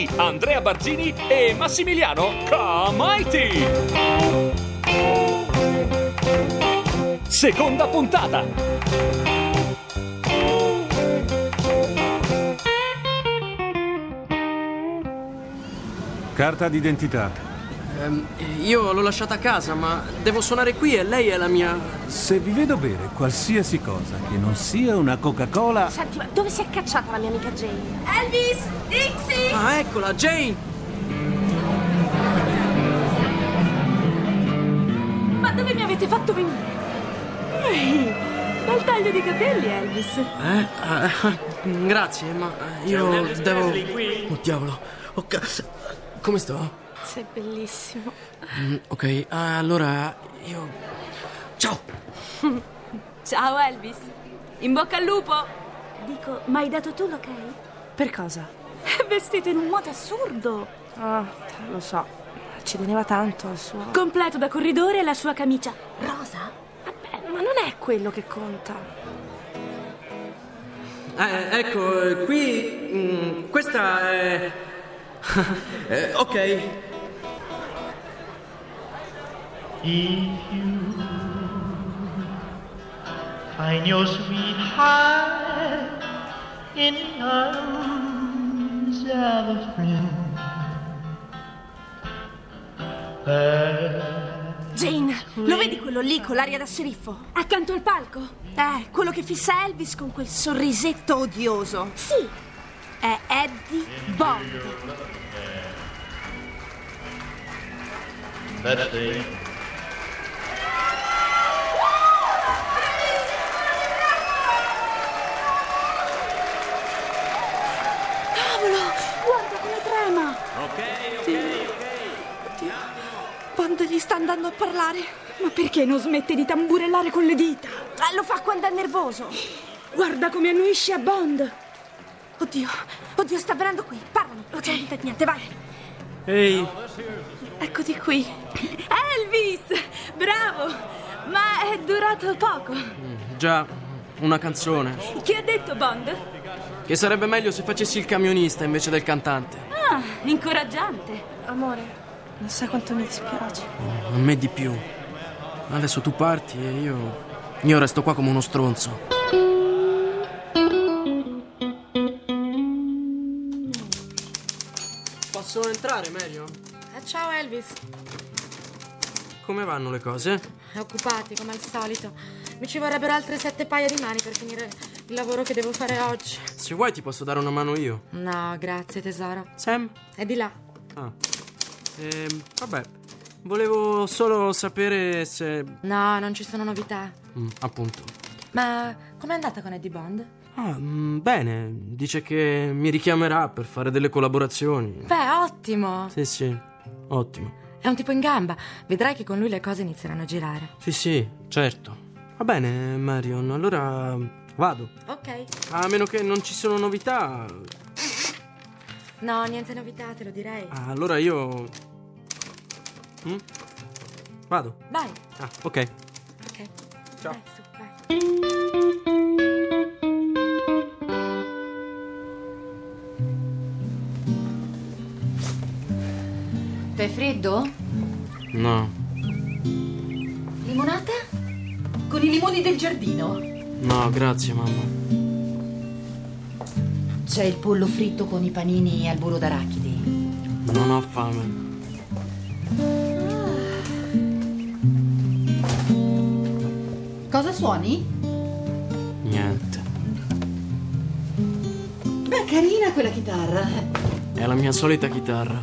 di Andrea Barzini e Massimiliano Comaiti. Seconda puntata. Carta d'identità. Io l'ho lasciata a casa, ma devo suonare qui e lei è la mia... Se vi vedo bere qualsiasi cosa che non sia una Coca-Cola... Senti, ma dove si è cacciata la mia amica Jane? Elvis! Dixie! Ah, eccola, Jane! Ma dove mi avete fatto venire? Ehi, bel taglio di capelli, Elvis. Grazie, ma io devo... Oh, diavolo. Come sto? Sei bellissimo. Ok, allora io... Ciao! Ciao, Elvis. In bocca al lupo. Dico, ma hai dato tu l'ok? Per cosa? È vestito in un modo assurdo. Ah, lo so. Ci teneva tanto al suo... Completo da corridore e la sua camicia rosa. Vabbè, ma non è quello che conta. Ecco, qui... questa è... ok. If you find your sweetheart in the arms of a friend, Jane, lo vedi quello lì con l'aria da sceriffo? Accanto al palco? Quello che fissa Elvis con quel sorrisetto odioso. Sì, è Eddie Bond. that's it. Cavolo, guarda come trema. Ok. Oddio, Bond gli sta andando a parlare. Ma perché non smette di tamburellare con le dita? Lo fa quando è nervoso. Guarda come annuisce a Bond. Oddio, sta venendo qui. Parlano, non c'è niente, vai. Ehi, Eccoti qui. Elvis, bravo. Ma è durato poco. già, una canzone. Chi ha detto Bond? Che sarebbe meglio se facessi il camionista invece del cantante. Ah, incoraggiante. Amore, non sai quanto mi dispiace. A me di più. Adesso tu parti e io resto qua come uno stronzo. Posso entrare, Marion? Ciao Elvis. Come vanno le cose? Occupati come al solito. Mi ci vorrebbero altre 7 paia di mani per finire il lavoro che devo fare oggi. Se vuoi ti posso dare una mano io. No, grazie tesoro. Sam? È di là. Ah. Vabbè, volevo solo sapere se... No, non ci sono novità. Appunto. Ma com'è andata con Eddie Bond? Bene, dice che mi richiamerà per fare delle collaborazioni. Beh, ottimo. Sì, ottimo. È un tipo in gamba. Vedrai che con lui le cose inizieranno a girare. Sì, certo. Va bene, Marion, allora vado. Ok. A meno che non ci sono novità. No, niente novità, te lo direi. Allora io... Vado. Vai. Ok. Ok. Ciao. Dai, su, vai. Tè freddo? No. Limonata? Con i limoni del giardino? No, grazie, mamma. C'è il pollo fritto con i panini al burro d'arachidi. Non ho fame. Cosa suoni? Niente. Beh, carina quella chitarra. È la mia solita chitarra.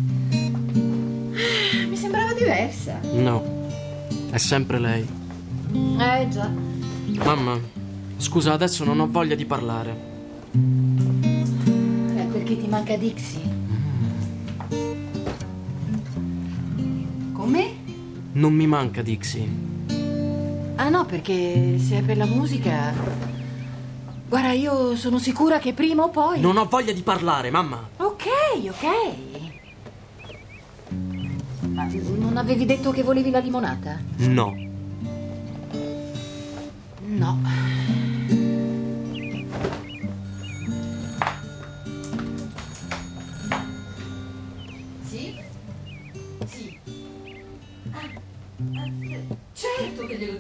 Mi sembrava diversa. No, è sempre lei. Già. Mamma, scusa, adesso non ho voglia di parlare. È perché ti manca Dixie. Come? Non mi manca Dixie. Ah no, perché se è per la musica... Guarda, io sono sicura che prima o poi... Non ho voglia di parlare, mamma. Ok. Ma non avevi detto che volevi la limonata? No. No.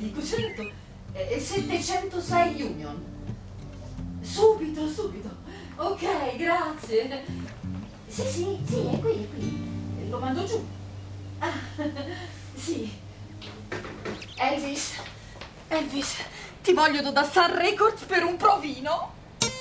dico, certo. 706 Union. Subito. Ok, grazie. Sì, è qui. Lo mando giù. Ah, sì. Elvis, ti voglio da Sun Records per un provino.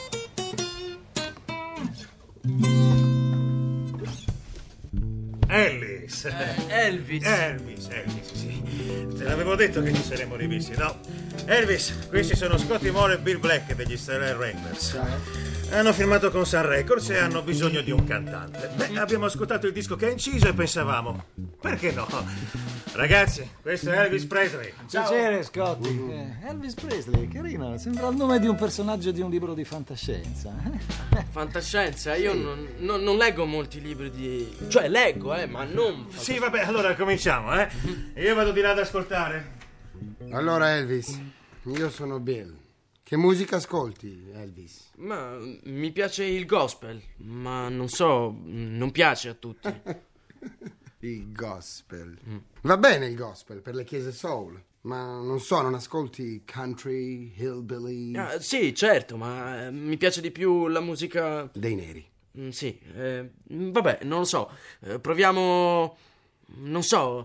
Elvis, sì. Te l'avevo detto che ci saremmo rivisti, no? Elvis, questi sono Scotty Moore e Bill Black degli Stellar Raiders. Hanno firmato con Sun Records e hanno bisogno di un cantante. Abbiamo ascoltato il disco che ha inciso e pensavamo, perché no? Ragazzi, questo è Elvis Presley. Piacere, Scotty. Elvis Presley, carino, sembra il nome di un personaggio di un libro di fantascienza. Fantascienza? Io non leggo molti libri di... Cioè, leggo, ma non... Sì, vabbè, allora cominciamo, Io vado di là ad ascoltare. Allora, Elvis, io sono Bill. Che musica ascolti, Elvis? Ma mi piace il gospel, ma non piace a tutti. Il gospel. Va bene il gospel per le chiese soul, ma non ascolti country, hillbilly? Sì, certo, ma mi piace di più la musica... Dei neri. Sì, vabbè, non lo so. Proviamo... non so...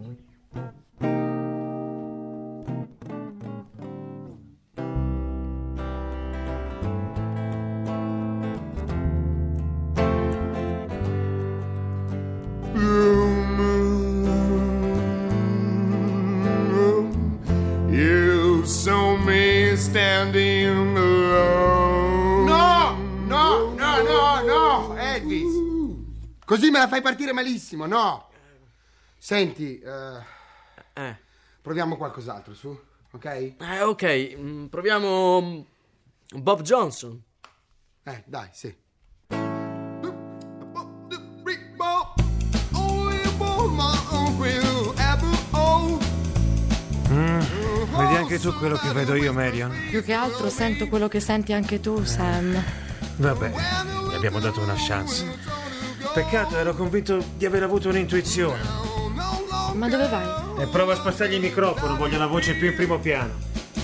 Standing alone. No, Elvis. Così me la fai partire malissimo, no. Senti, proviamo qualcos'altro, su, ok? Ok, proviamo Bob Johnson. Dai, sì. Vedi anche tu quello che vedo io, Marion? Più che altro sento quello che senti anche tu, Sam. Vabbè, gli abbiamo dato una chance. Peccato, ero convinto di aver avuto un'intuizione. Ma dove vai? E prova a spostargli il microfono, voglio la voce più in primo piano.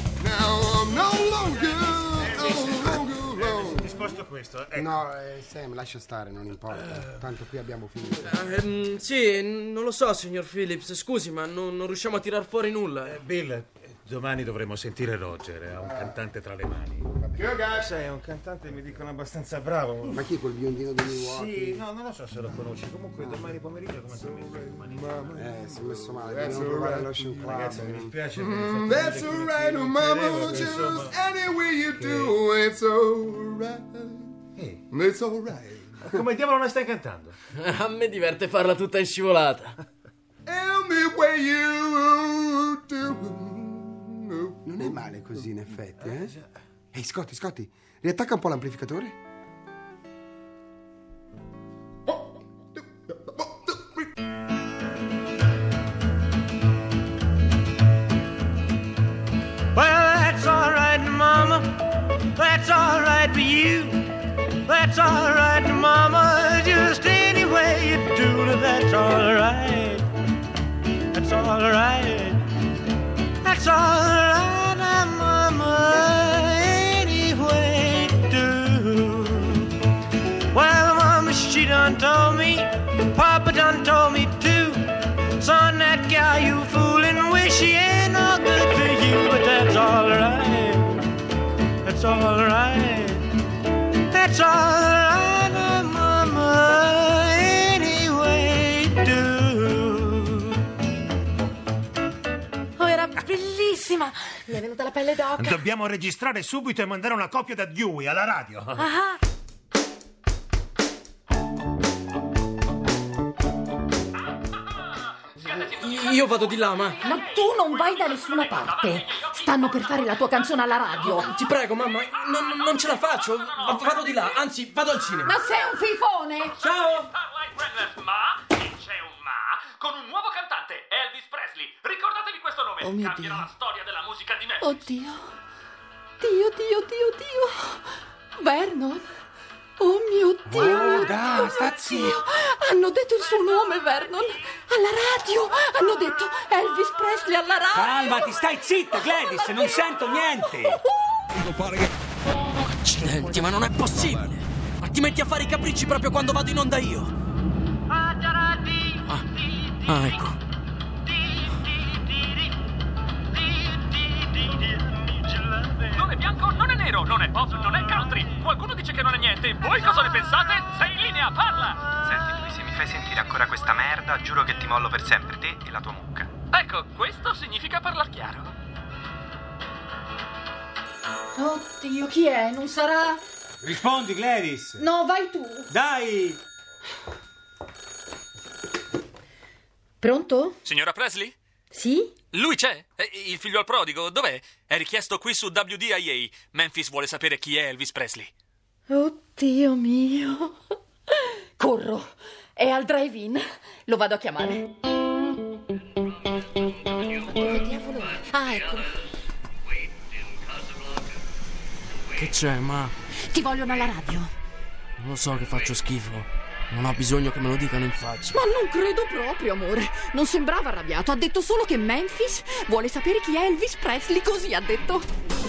Ti sposto questo, ecco. No, Sam, lascia stare, non importa. Tanto qui abbiamo finito. Sì, non lo so, signor Phillips, scusi, ma non riusciamo a tirar fuori nulla. Bill, domani dovremo sentire Roger, ha un cantante tra le mani. Sai, è un cantante, mi dicono, abbastanza bravo. Ma chi è quel biondino di Milwaukee? Sì, no, non lo so se lo conosci. Comunque domani pomeriggio come si mette? Si è messo male, dobbiamo provare l'Ocean Club. Ragazzi, mi dispiace. That's alright, mama, just any way you do, it's alright. It's alright. Come diavolo la stai cantando? A me diverte farla tutta in scivolata. Any way you do. Non è male così, in effetti, Ehi, Scotty, riattacca un po' l'amplificatore. Well, that's all right, Mama. That's all right for you. That's all right, Mama. Just any way you do, that's all right. That's all right. That's all right, Mama. Any way you do. Well, Mama, she done told me. Papa done told me too. Son, that gal you foolin' with, she ain't no good for you. But that's all right. That's all right. That's all right, Mama. Any way you do. Oh, era bellissima. Mi è venuta la pelle d'oca. Dobbiamo registrare subito e mandare una copia da Dewey alla radio. Ah. Io vado di là, ma tu non vai da nessuna parte. Stanno per fare la tua canzone alla radio. ti prego, mamma, non ce la faccio. Vado di là, anzi, vado al cinema. Ma sei un fifone! Ciao! Ma c'è un ma con un nuovo cantante, Elvis Presley. Ricordatevi questo nome. Oh mio Cambierà Dio. la storia della musica di Memphis. Oddio. Dio. Vernon. Oh mio Dio! Guarda, sta zitto! Hanno detto il suo nome, Vernon! Alla radio! Hanno detto Elvis Presley alla radio! Calmati, stai zitta, Gladys, non sento niente! Accidenti, ma non è possibile! Ma ti metti a fare i capricci proprio quando vado in onda io! Ah, ecco. Non è bianco, non è nero, non è pop, non è country. Qualcuno dice che non è niente. Voi cosa ne pensate? Sei in linea, parla! Senti, lui, se mi fai sentire ancora questa merda, giuro che ti mollo per sempre, te e la tua mucca. Ecco, questo significa parlar chiaro. Oddio, chi è? Non sarà... Rispondi, Gladys! No, vai tu. Dai! Pronto? Signora Presley? Sì? Lui c'è? Il figlio al prodigo? Dov'è? È richiesto qui su WDIA. Memphis vuole sapere chi è Elvis Presley. Oddio mio. Corro. È al drive-in. Lo vado a chiamare. Dove diavolo è? Ah, ecco. Che c'è, ma? Ti vogliono alla radio. Non lo so che faccio schifo. Non ho bisogno che me lo dicano in faccia. Ma non credo proprio, amore. Non sembrava arrabbiato. Ha detto solo che Memphis vuole sapere chi è Elvis Presley. Così ha detto.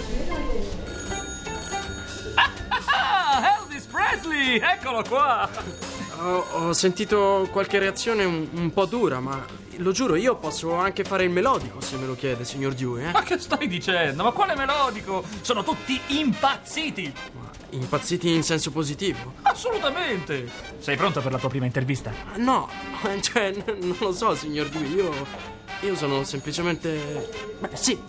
Elvis Presley! Eccolo qua! Ho sentito qualche reazione un po' dura, ma lo giuro, io posso anche fare il melodico se me lo chiede, signor Dewey, Ma che stai dicendo? Ma quale melodico? Sono tutti impazziti! Impazziti in senso positivo? Assolutamente! Sei pronto per la tua prima intervista? No, cioè, non lo so, signor Dewey, io sono semplicemente... Beh, sì.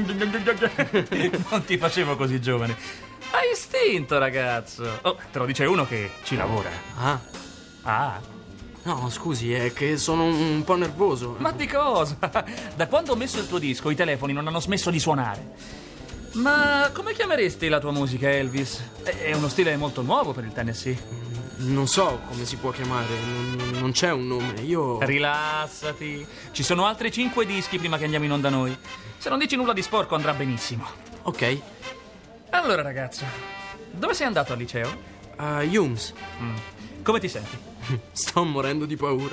Non ti facevo così giovane. Hai istinto, ragazzo. Oh, te lo dice uno che ci lavora. Ah? No, scusi, è che sono un po' nervoso. Ma di cosa? Da quando ho messo il tuo disco i telefoni non hanno smesso di suonare. Ma come chiameresti la tua musica, Elvis? È uno stile molto nuovo per il Tennessee. Non so come si può chiamare, non c'è un nome, io... Rilassati, ci sono altri 5 dischi prima che andiamo in onda noi. Se non dici nulla di sporco andrà benissimo. Ok. Allora, ragazzo, dove sei andato al liceo? A Humes. Come ti senti? Sto morendo di paura.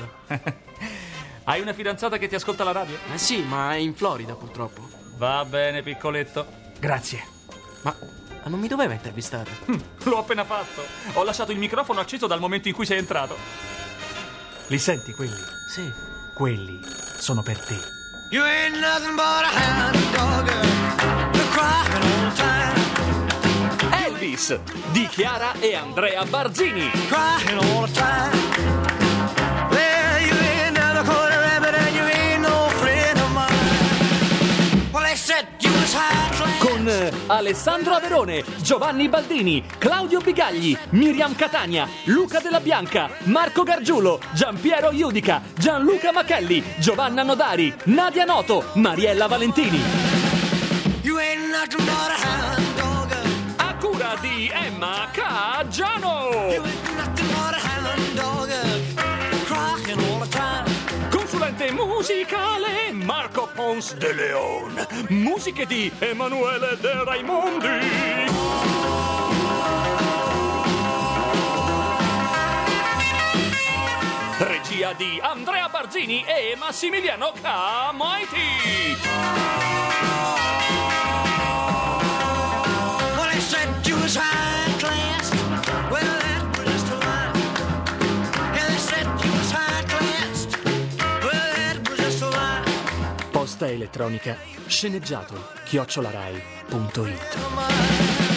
Hai una fidanzata che ti ascolta la radio? Sì, ma è in Florida purtroppo. Va bene, piccoletto. Grazie. Ma non mi doveva intervistare? L'ho appena fatto. Ho lasciato il microfono acceso dal momento in cui sei entrato. Li senti quelli? Sì. Quelli sono per te. You ain't nothing but a hound dog, you're crying all the time. Elvis di Chiara e Andrea Barzini. Crying all the time. Well, you ain't never caught a rabbit and you ain't no friend of mine. Well, they said you was high class. Con Alessandro Averone, Giovanni Baldini, Claudio Bigagli, Miriam Catania, Luca Della Bianca, Marco Gargiulo, Giampiero Iudica, Gianluca Machelli, Giovanna Nodari, Nadia Noto, Mariella Valentini. You ain't nothing but a hound dog. A cura di Emma Caggiano. You ain't nothing but a hound dog, crying all the time. Consulente musicale Marco Pons de Leon. Musiche di Emanuele De Raimondi. Regia di Andrea Barzini e Massimiliano Camaiti. Well, they said you was high class. Well, that was just a lie. Yeah, they said you was high class. Well, that was just a lie. Posta elettronica sceneggiato @rai.it.